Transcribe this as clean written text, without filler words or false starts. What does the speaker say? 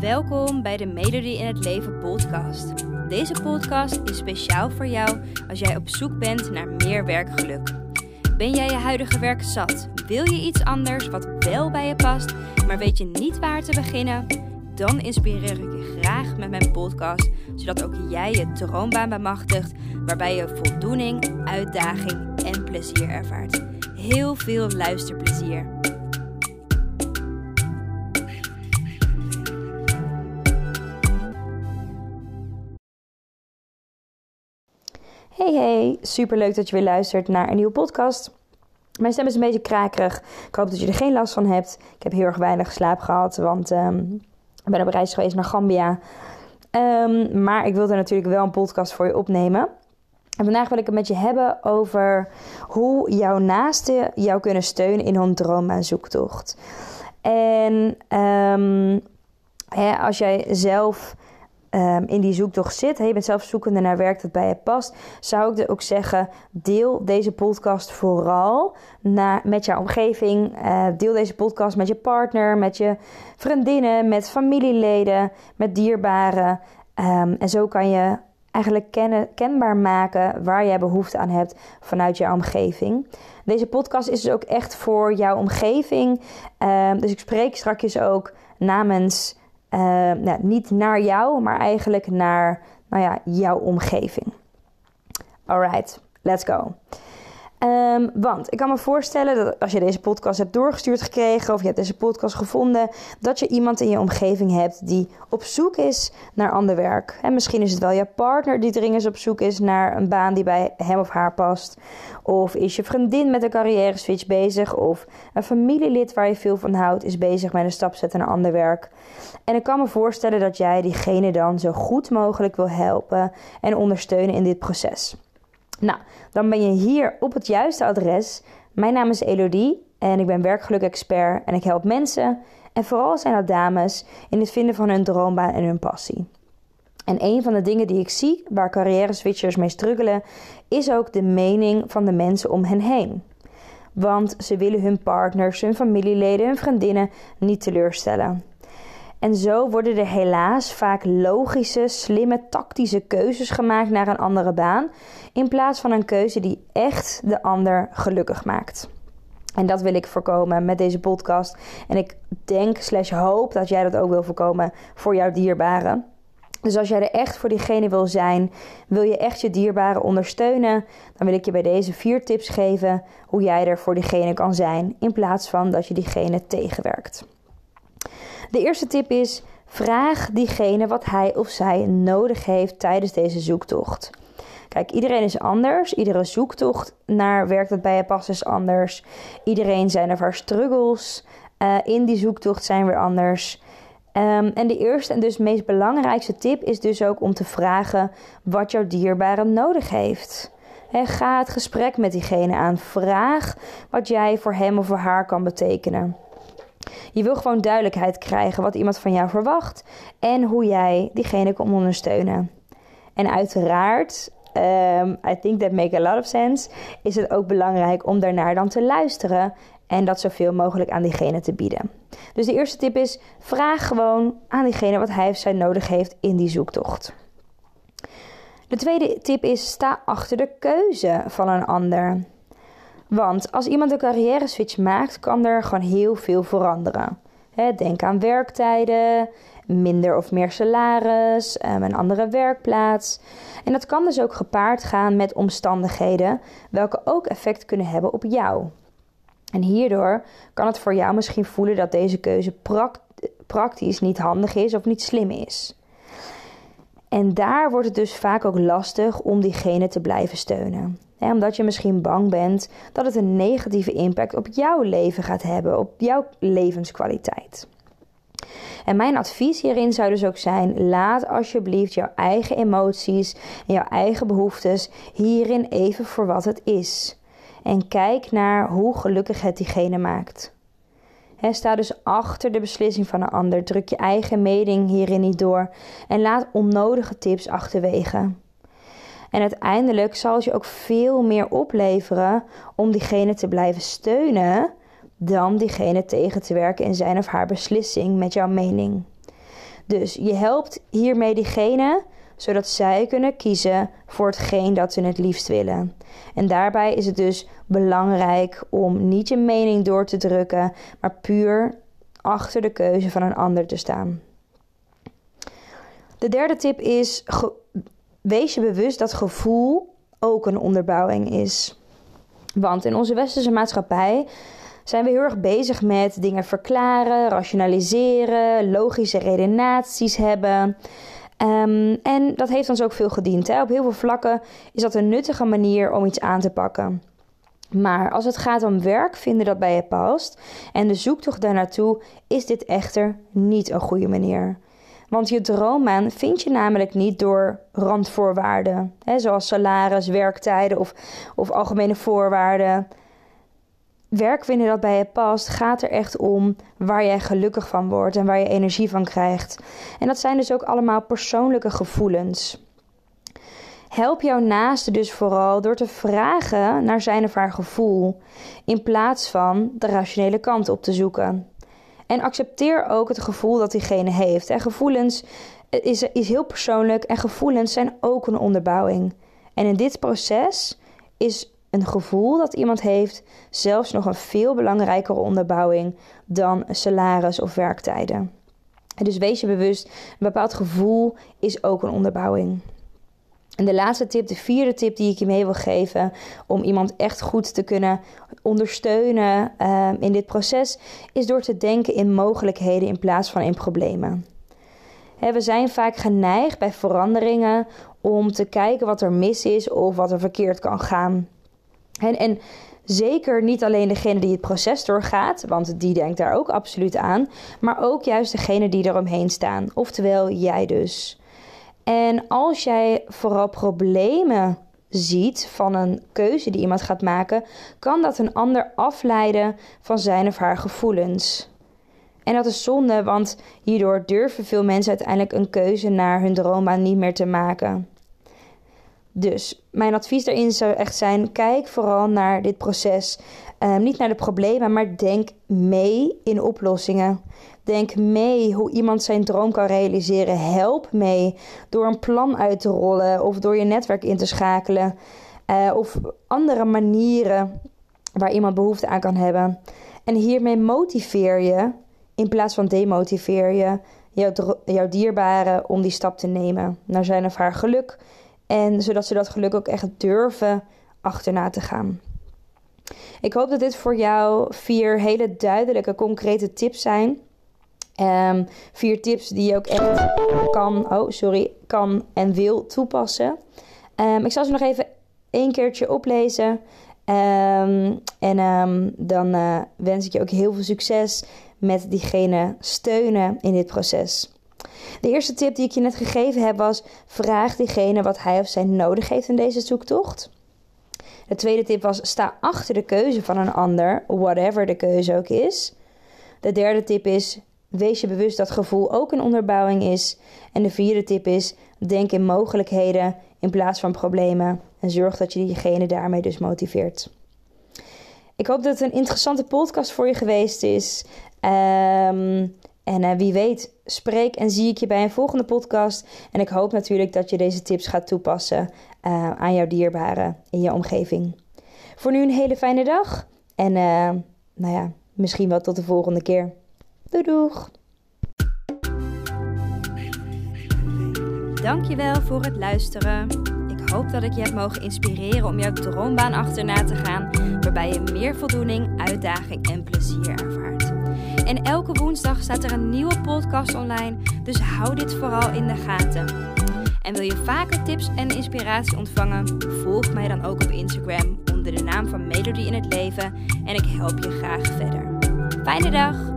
Welkom bij de Melodie in het Leven podcast. Deze podcast is speciaal voor jou als jij op zoek bent naar meer werkgeluk. Ben jij je huidige werk zat? Wil je iets anders wat wel bij je past, maar weet je niet waar te beginnen? Dan inspireer ik je graag met mijn podcast, zodat ook jij je droombaan bemachtigt, waarbij je voldoening, uitdaging en plezier ervaart. Heel veel luisterplezier. Hey, superleuk dat je weer luistert naar een nieuwe podcast. Mijn stem is een beetje krakerig. Ik hoop dat je er geen last van hebt. Ik heb heel erg weinig slaap gehad, want ik ben op reis geweest naar Gambia. Maar ik wilde natuurlijk wel een podcast voor je opnemen. En vandaag wil ik het met je hebben over hoe jouw naasten jou kunnen steunen in hun droombaanzoektocht. En als jij zelf in die zoektocht zit, je bent zelf zoekende naar werk dat bij je past, zou ik ook zeggen, deel deze podcast vooral met jouw omgeving. Deel deze podcast met je partner, met je vriendinnen, met familieleden, met dierbaren. En zo kan je eigenlijk kenbaar maken waar jij behoefte aan hebt vanuit jouw omgeving. Deze podcast is dus ook echt voor jouw omgeving. Dus ik spreek straks ook namens niet naar jou, maar eigenlijk naar jouw omgeving. Alright, let's go. Want ik kan me voorstellen dat als je deze podcast hebt doorgestuurd gekregen of je hebt deze podcast gevonden, dat je iemand in je omgeving hebt die op zoek is naar ander werk. En misschien is het wel je partner die dringend op zoek is naar een baan die bij hem of haar past. Of is je vriendin met een carrière switch bezig. Of een familielid waar je veel van houdt is bezig met een stap zetten naar ander werk. En ik kan me voorstellen dat jij diegene dan zo goed mogelijk wil helpen en ondersteunen in dit proces. Nou, dan ben je hier op het juiste adres. Mijn naam is Elodie en ik ben werkgeluk-expert en ik help mensen, en vooral zijn dat dames, in het vinden van hun droombaan en hun passie. En een van de dingen die ik zie waar carrière-switchers mee struggelen, is ook de mening van de mensen om hen heen. Want ze willen hun partners, hun familieleden, hun vriendinnen niet teleurstellen. En zo worden er helaas vaak logische, slimme, tactische keuzes gemaakt naar een andere baan, in plaats van een keuze die echt de ander gelukkig maakt. En dat wil ik voorkomen met deze podcast. En ik denk/hoop dat jij dat ook wil voorkomen voor jouw dierbaren. Dus als jij er echt voor diegene wil zijn, wil je echt je dierbaren ondersteunen, dan wil ik je bij deze 4 tips geven hoe jij er voor diegene kan zijn, in plaats van dat je diegene tegenwerkt. De eerste tip is, vraag diegene wat hij of zij nodig heeft tijdens deze zoektocht. Kijk, iedereen is anders. Iedere zoektocht naar werk dat bij je past is anders. Iedereen zijn of haar struggles in die zoektocht zijn weer anders. En de eerste en dus meest belangrijkste tip is dus ook om te vragen wat jouw dierbare nodig heeft. Ga het gesprek met diegene aan. Vraag wat jij voor hem of voor haar kan betekenen. Je wil gewoon duidelijkheid krijgen wat iemand van jou verwacht en hoe jij diegene kan ondersteunen. En uiteraard, I think that makes a lot of sense, is het ook belangrijk om daarnaar dan te luisteren en dat zoveel mogelijk aan diegene te bieden. Dus de eerste tip is, vraag gewoon aan diegene wat hij of zij nodig heeft in die zoektocht. De tweede tip is, sta achter de keuze van een ander. Want als iemand een carrière switch maakt, kan er gewoon heel veel veranderen. Denk aan werktijden, minder of meer salaris, een andere werkplaats. En dat kan dus ook gepaard gaan met omstandigheden, welke ook effect kunnen hebben op jou. En hierdoor kan het voor jou misschien voelen dat deze keuze praktisch niet handig is of niet slim is. En daar wordt het dus vaak ook lastig om diegene te blijven steunen. Omdat je misschien bang bent dat het een negatieve impact op jouw leven gaat hebben, op jouw levenskwaliteit. En mijn advies hierin zou dus ook zijn, laat alsjeblieft jouw eigen emoties en jouw eigen behoeftes hierin even voor wat het is. En kijk naar hoe gelukkig het diegene maakt. Sta dus achter de beslissing van een ander. Druk je eigen mening hierin niet door. En laat onnodige tips achterwege. En uiteindelijk zal het je ook veel meer opleveren om diegene te blijven steunen dan diegene tegen te werken in zijn of haar beslissing met jouw mening. Dus je helpt hiermee diegene, zodat zij kunnen kiezen voor hetgeen dat ze het liefst willen. En daarbij is het dus belangrijk om niet je mening door te drukken, maar puur achter de keuze van een ander te staan. De derde tip is, wees je bewust dat gevoel ook een onderbouwing is. Want in onze westerse maatschappij zijn we heel erg bezig met dingen verklaren, rationaliseren, logische redenaties hebben. En dat heeft ons ook veel gediend. Hè? Op heel veel vlakken is dat een nuttige manier om iets aan te pakken. Maar als het gaat om werk vinden dat bij je past en de zoektocht daarnaartoe, is dit echter niet een goede manier. Want je droombaan vind je namelijk niet door randvoorwaarden, hè, zoals salaris, werktijden of algemene voorwaarden. Werk vinden dat bij je past gaat er echt om waar jij gelukkig van wordt en waar je energie van krijgt. En dat zijn dus ook allemaal persoonlijke gevoelens. Help jouw naaste dus vooral door te vragen naar zijn of haar gevoel, in plaats van de rationele kant op te zoeken. En accepteer ook het gevoel dat diegene heeft. En gevoelens is heel persoonlijk en gevoelens zijn ook een onderbouwing. En in dit proces is een gevoel dat iemand heeft zelfs nog een veel belangrijkere onderbouwing dan salaris of werktijden. En dus wees je bewust, een bepaald gevoel is ook een onderbouwing. En de laatste tip, de vierde tip die ik je mee wil geven om iemand echt goed te kunnen ondersteunen in dit proces, is door te denken in mogelijkheden in plaats van in problemen. We zijn vaak geneigd bij veranderingen om te kijken wat er mis is of wat er verkeerd kan gaan. En zeker niet alleen degene die het proces doorgaat, want die denkt daar ook absoluut aan, maar ook juist degene die eromheen staan, oftewel jij dus. En als jij vooral problemen ziet van een keuze die iemand gaat maken, kan dat een ander afleiden van zijn of haar gevoelens. En dat is zonde, want hierdoor durven veel mensen uiteindelijk een keuze naar hun droombaan niet meer te maken. Dus mijn advies daarin zou echt zijn, kijk vooral naar dit proces. Niet naar de problemen, maar denk mee in oplossingen. Denk mee hoe iemand zijn droom kan realiseren. Help mee door een plan uit te rollen of door je netwerk in te schakelen. Of andere manieren waar iemand behoefte aan kan hebben. En hiermee motiveer je, in plaats van demotiveer je, jouw dierbare om die stap te nemen naar zijn of haar geluk. En zodat ze dat geluk ook echt durven achterna te gaan. Ik hoop dat dit voor jou 4 hele duidelijke, concrete tips zijn. 4 tips die je ook echt kan en wil toepassen. Ik zal ze nog even 1 keertje oplezen. Dan wens ik je ook heel veel succes met diegene steunen in dit proces. De eerste tip die ik je net gegeven heb was, vraag diegene wat hij of zij nodig heeft in deze zoektocht. De tweede tip was, sta achter de keuze van een ander, whatever de keuze ook is. De derde tip is, wees je bewust dat gevoel ook een onderbouwing is. En de vierde tip is, denk in mogelijkheden in plaats van problemen. En zorg dat je diegene daarmee dus motiveert. Ik hoop dat het een interessante podcast voor je geweest is. En wie weet, spreek en zie ik je bij een volgende podcast. En ik hoop natuurlijk dat je deze tips gaat toepassen aan jouw dierbaren in je omgeving. Voor nu een hele fijne dag. En misschien wel tot de volgende keer. Doei doeg! Dankjewel voor het luisteren. Ik hoop dat ik je heb mogen inspireren om jouw droombaan achterna te gaan, waarbij je meer voldoening, uitdaging en plezier ervaart. En elke woensdag staat er een nieuwe podcast online, dus hou dit vooral in de gaten. En wil je vaker tips en inspiratie ontvangen? Volg mij dan ook op Instagram onder de naam van Melody in het Leven en ik help je graag verder. Fijne dag!